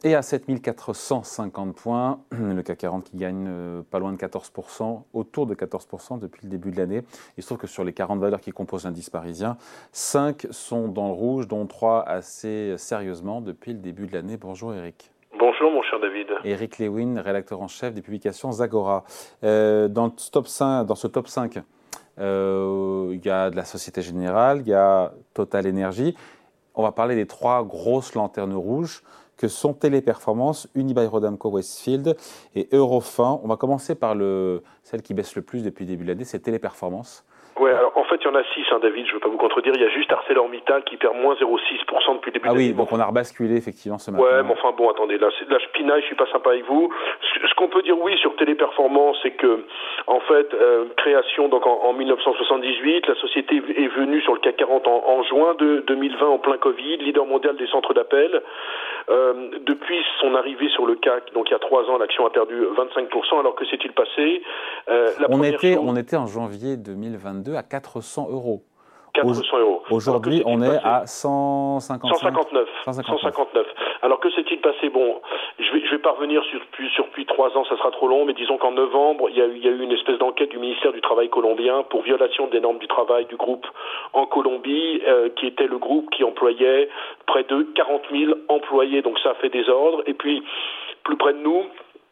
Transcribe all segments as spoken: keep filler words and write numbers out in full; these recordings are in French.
est à sept mille quatre cent cinquante points. Le C A C quarante qui gagne euh, pas loin de quatorze pour cent, autour de quatorze pour cent depuis le début de l'année. Il se trouve que sur les quarante valeurs qui composent l'indice parisien, cinq sont dans le rouge, dont trois assez sérieusement depuis le début de l'année. Bonjour Eric. Bonjour mon cher David. Eric Lewin, rédacteur en chef des publications Zagora. Euh, dans, le top cinq, dans ce top cinq, euh, il y a de la Société Générale, il y a Total Energy. On va parler des trois grosses lanternes rouges que sont Téléperformance, Unibail-Rodamco-Westfield et Eurofin. On va commencer par le, celle qui baisse le plus depuis le début de l'année, c'est Téléperformance. Ouais, alors en fait il y en a six, hein, David, je ne veux pas vous contredire, il y a juste ArcelorMittal qui perd moins zéro virgule six pour cent depuis le début ah de l'année. Ah oui, donc on a rebasculé effectivement ce matin. Ouais, mais enfin bon, attendez, là, là je pinaille, je suis pas sympa avec vous. Ce, ce qu'on peut dire oui sur Téléperformance, c'est que, en fait, euh, création donc en, en mille neuf cent soixante-dix-huit, la société est venue sur le C A C quarante en, en juin de deux mille vingt en plein Covid, leader mondial des centres d'appel. Euh, depuis son arrivée sur le C A C, donc il y a trois ans, l'action a perdu vingt-cinq pour cent, alors que s'est-il passé euh, la on, était, chose... on était en janvier deux mille vingt-deux à quatre cents euros. quatre cents euros. Aujourd'hui, on est passé à cent cinquante-cinq. cent cinquante-neuf. cent cinquante-neuf. Alors que s'est-il passé? Bon, je vais, je vais pas revenir sur plus sur plus trois ans, ça sera trop long, mais disons qu'en novembre, il y a eu, il y a eu une espèce d'enquête du ministère du Travail colombien pour violation des normes du travail du groupe en Colombie, euh, qui était le groupe qui employait près de quarante mille employés. Donc ça a fait désordre. Et puis, plus près de nous,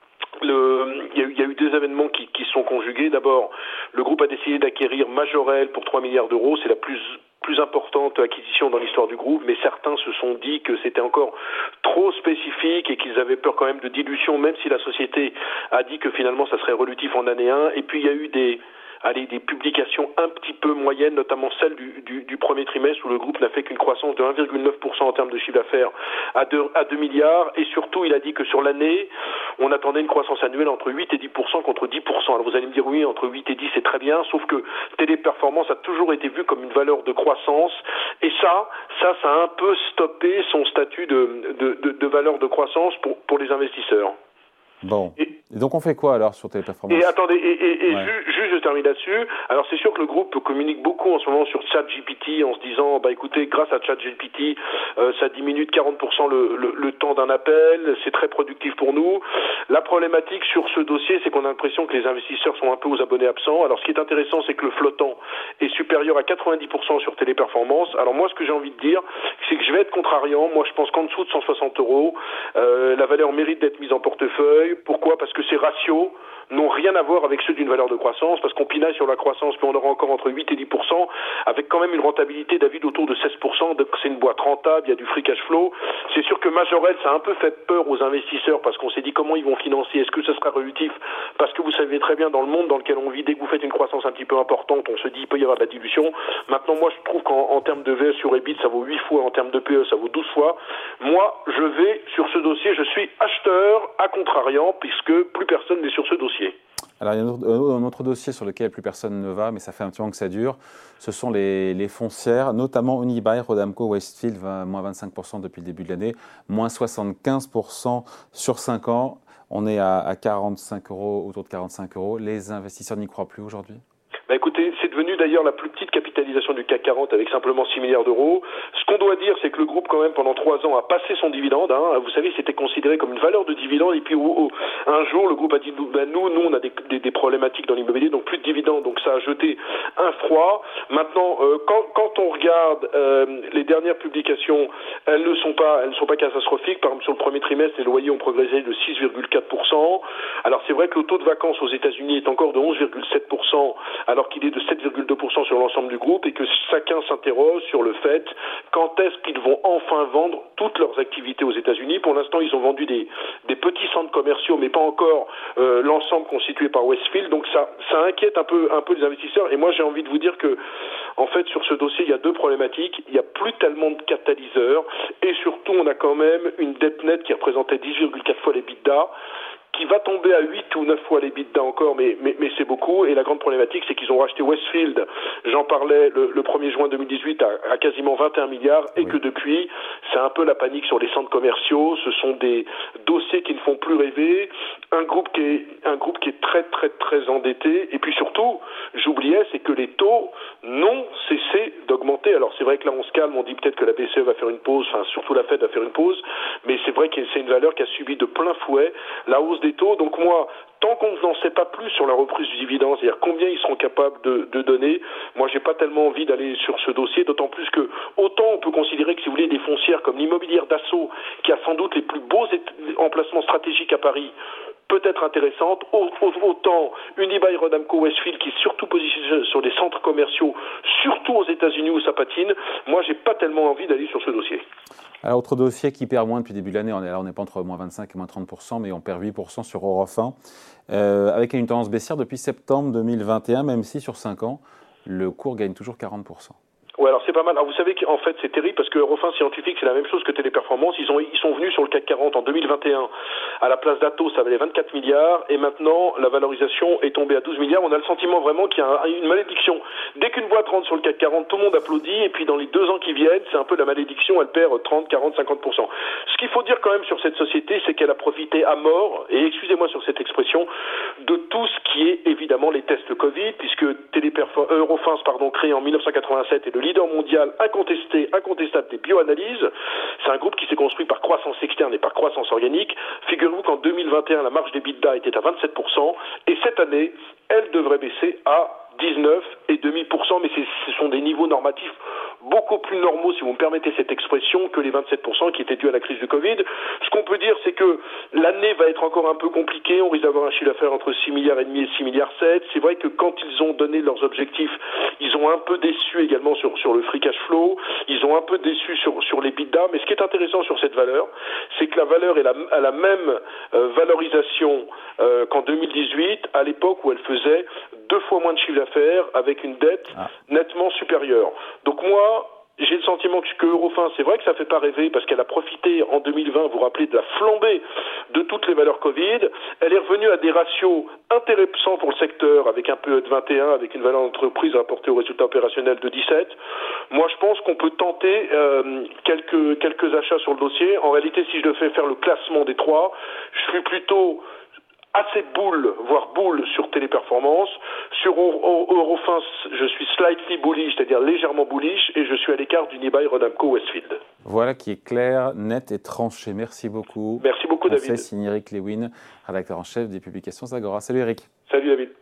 Le, il, y a eu, il y a eu des événements qui, qui sont conjugués. D'abord, le groupe a décidé d'acquérir Majorel pour trois milliards d'euros. C'est la plus, plus importante acquisition dans l'histoire du groupe, mais certains se sont dit que c'était encore trop spécifique et qu'ils avaient peur quand même de dilution, même si la société a dit que finalement ça serait relutif en année un. Et puis il y a eu des... Allez, des publications un petit peu moyennes, notamment celle du, du, du premier trimestre où le groupe n'a fait qu'une croissance de un virgule neuf pour cent en termes de chiffre d'affaires à deux, à deux milliards. Et surtout, il a dit que sur l'année, on attendait une croissance annuelle entre huit et dix pour cent contre dix pour cent. Alors vous allez me dire oui, entre huit et dix c'est très bien, sauf que Téléperformance a toujours été vue comme une valeur de croissance. Et ça, ça, ça a un peu stoppé son statut de, de, de, de valeur de croissance pour, pour les investisseurs. Bon. Et, et donc on fait quoi alors sur Téléperformance? Et attendez, et, et, et ouais. ju, juste je termine là-dessus. Alors c'est sûr que le groupe communique beaucoup en ce moment sur ChatGPT en se disant, bah écoutez, grâce à ChatGPT, euh, ça diminue de quarante pour cent le, le, le temps d'un appel, c'est très productif pour nous. La problématique sur ce dossier, c'est qu'on a l'impression que les investisseurs sont un peu aux abonnés absents. Alors ce qui est intéressant, c'est que le flottant est supérieur à quatre-vingt-dix pour cent sur Téléperformance. Alors moi, ce que j'ai envie de dire, c'est que je vais être contrariant. Moi, je pense qu'en dessous de cent soixante euros, euh, la valeur mérite d'être mise en portefeuille. Pourquoi? Parce que ces ratios n'ont rien à voir avec ceux d'une valeur de croissance, parce qu'on pinaille sur la croissance, puis on aura encore entre huit et dix pour cent, avec quand même une rentabilité, David, autour de seize pour cent, donc c'est une boîte rentable, il y a du free cash flow. C'est sûr que Majorel, ça a un peu fait peur aux investisseurs, parce qu'on s'est dit comment ils vont financer, est-ce que ce sera relutif? Parce que vous savez très bien, dans le monde dans lequel on vit, dès que vous faites une croissance un petit peu importante, on se dit il peut y avoir de la dilution. Maintenant, moi, je trouve qu'en en termes de V S sur E B I T, ça vaut huit fois, en termes de P E, ça vaut douze fois. Moi, je vais, sur ce dossier, je suis acheteur à contrariant, puisque plus personne n'est sur ce dossier. Alors, il y a un autre, un autre dossier sur lequel plus personne ne va, mais ça fait un petit moment que ça dure. Ce sont les, les foncières, notamment Unibail, Rodamco, Westfield, moins vingt-cinq pour cent depuis le début de l'année, moins soixante-quinze pour cent sur cinq ans. On est à, à quarante-cinq euros, autour de quarante-cinq euros. Les investisseurs n'y croient plus aujourd'hui? Bah écoutez, c'est devenu d'ailleurs la plus petite capitalisation du C A C quarante avec simplement six milliards d'euros. Ce qu'on doit dire, c'est que le groupe, quand même, pendant trois ans, a passé son dividende. Hein. Vous savez, c'était considéré comme une valeur de dividende. Et puis, oh, oh, un jour, le groupe a dit, ben, nous, nous, on a des, des, des problématiques dans l'immobilier, donc plus de dividendes. Donc, ça a jeté un froid. Maintenant, euh, quand, quand on regarde euh, les dernières publications, elles ne sont pas, elles ne sont pas catastrophiques. Par exemple, sur le premier trimestre, les loyers ont progressé de six virgule quatre pour cent. Alors, c'est vrai que le taux de vacances aux États-Unis est encore de onze virgule sept pour cent. Alors qu'il est de sept virgule deux pour cent sur l'ensemble du groupe et que chacun s'interroge sur le fait quand est-ce qu'ils vont enfin vendre toutes leurs activités aux États-Unis. Pour l'instant, ils ont vendu des, des petits centres commerciaux, mais pas encore euh, l'ensemble constitué par Westfield. Donc ça, ça inquiète un peu, un peu les investisseurs. Et moi, j'ai envie de vous dire que, en fait, sur ce dossier, il y a deux problématiques. Il n'y a plus tellement de catalyseurs et surtout, on a quand même une dette nette qui représentait dix virgule quatre fois les l'EBITDA, qui va tomber à huit ou neuf fois les l'EBITDA encore, mais, mais, mais c'est beaucoup. Et la grande problématique, c'est qu'ils ont racheté Westfield, j'en parlais le, le premier juin deux mille dix-huit, à, à quasiment vingt et un milliards, et oui. que depuis, c'est un peu la panique sur les centres commerciaux. Ce sont des dossiers qui ne font plus rêver. Un groupe qui est, un groupe qui est très, très, très endetté. Et puis surtout, j'oubliais, c'est que les taux n'ont cessé d'augmenter. augmenter. Alors c'est vrai que là on se calme, on dit peut-être que la B C E va faire une pause, enfin surtout la Fed va faire une pause, mais c'est vrai que c'est une valeur qui a subi de plein fouet la hausse des taux. Donc moi, tant qu'on n'en sait pas plus sur la reprise du dividende, c'est-à-dire combien ils seront capables de, de donner, moi j'ai pas tellement envie d'aller sur ce dossier, d'autant plus que autant on peut considérer que si vous voulez des foncières comme l'immobilière d'Assaut, qui a sans doute les plus beaux emplacements stratégiques à Paris, peut être intéressante, autant Unibail-Rodamco-Westfield qui est surtout positionné sur des centres commerciaux, surtout aux États-Unis où ça patine, moi j'ai pas tellement envie d'aller sur ce dossier. Alors, autre dossier qui perd moins depuis le début de l'année, on est là, on n'est pas entre moins vingt-cinq et moins trente pour cent, mais on perd huit pour cent sur Eurofins, euh, avec une tendance baissière depuis septembre deux mille vingt et un, même si sur cinq ans, le cours gagne toujours quarante pour cent. Ouais, alors c'est pas mal. Alors vous savez qu'en fait c'est terrible parce que Eurofins Scientifique c'est la même chose que Téléperformance. Ils ont ils sont venus sur le C A C quarante en deux mille vingt et un à la place d'Atos, ça valait vingt-quatre milliards et maintenant la valorisation est tombée à douze milliards. On a le sentiment vraiment qu'il y a une malédiction. Dès qu'une boîte rentre sur le C A C quarante, tout le monde applaudit et puis dans les deux ans qui viennent, c'est un peu la malédiction. Elle perd trente, quarante, cinquante pour cent. Ce qu'il faut dire quand même sur cette société, c'est qu'elle a profité à mort et excusez-moi sur cette expression de tout ce qui est évidemment les tests Covid, puisque Téléperfor- Eurofins pardon créé en mille neuf cent quatre-vingt-sept est le leader mondial incontesté, incontestable des bioanalyses. C'est un groupe qui s'est construit par croissance externe et par croissance organique. Figurez-vous qu'en deux mille vingt et un, la marge d'EBITDA était à vingt-sept pour cent et cette année, elle devrait baisser à dix-neuf virgule cinq pour cent, mais ce sont des niveaux normatifs beaucoup plus normaux, si vous me permettez cette expression, que les vingt-sept pour cent qui étaient dus à la crise du Covid. Ce qu'on peut dire, c'est que l'année va être encore un peu compliquée. On risque d'avoir un chiffre d'affaires entre six virgule cinq milliards et six virgule sept milliards. C'est vrai que quand ils ont donné leurs objectifs, ils ont un peu déçu également sur, sur le free cash flow. Ils ont un peu déçu sur, sur les EBITDA. Mais ce qui est intéressant sur cette valeur, c'est que la valeur est la, à la même euh, valorisation euh, qu'en deux mille dix-huit, à l'époque où elle faisait deux fois moins de chiffre d'affaires avec une dette ah. nettement supérieure. Donc moi, j'ai le sentiment que Eurofins, c'est vrai que ça ne fait pas rêver parce qu'elle a profité en deux mille vingt, vous vous rappelez, de la flambée de toutes les valeurs Covid. Elle est revenue à des ratios intéressants pour le secteur avec un P E de vingt et un, avec une valeur d'entreprise rapportée au résultat opérationnel de dix-sept. Moi, je pense qu'on peut tenter euh, quelques, quelques achats sur le dossier. En réalité, si je devais faire le classement des trois, je suis plutôt assez boule, voire boule sur Téléperformance. Sur Eurofins, je suis slightly bullish, c'est-à-dire légèrement bullish, et je suis à l'écart d'Unibail-Rodamco-Westfield. Voilà qui est clair, net et tranché. Merci beaucoup. Merci beaucoup, David. C'est signé Eric Lewin, rédacteur en chef des publications Agora. Salut Eric. Salut David.